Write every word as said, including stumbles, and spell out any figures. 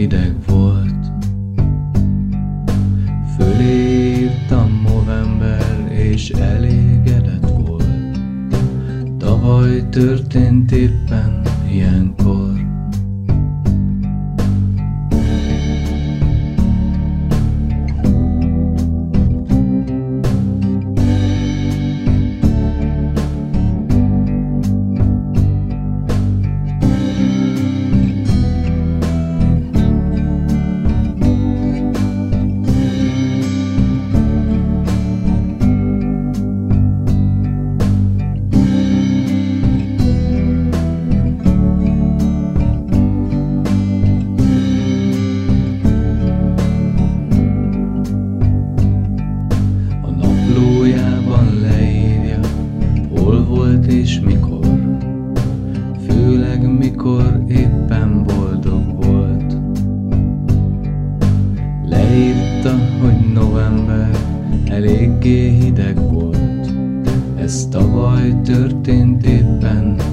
hideg volt. Fölé írtam november, és elégedett volt. Tavaly történt éppen ilyenkor. Leírja, hol volt és mikor, főleg mikor éppen boldog volt. Leírta, hogy november eléggé hideg volt, ez tavaly történt éppen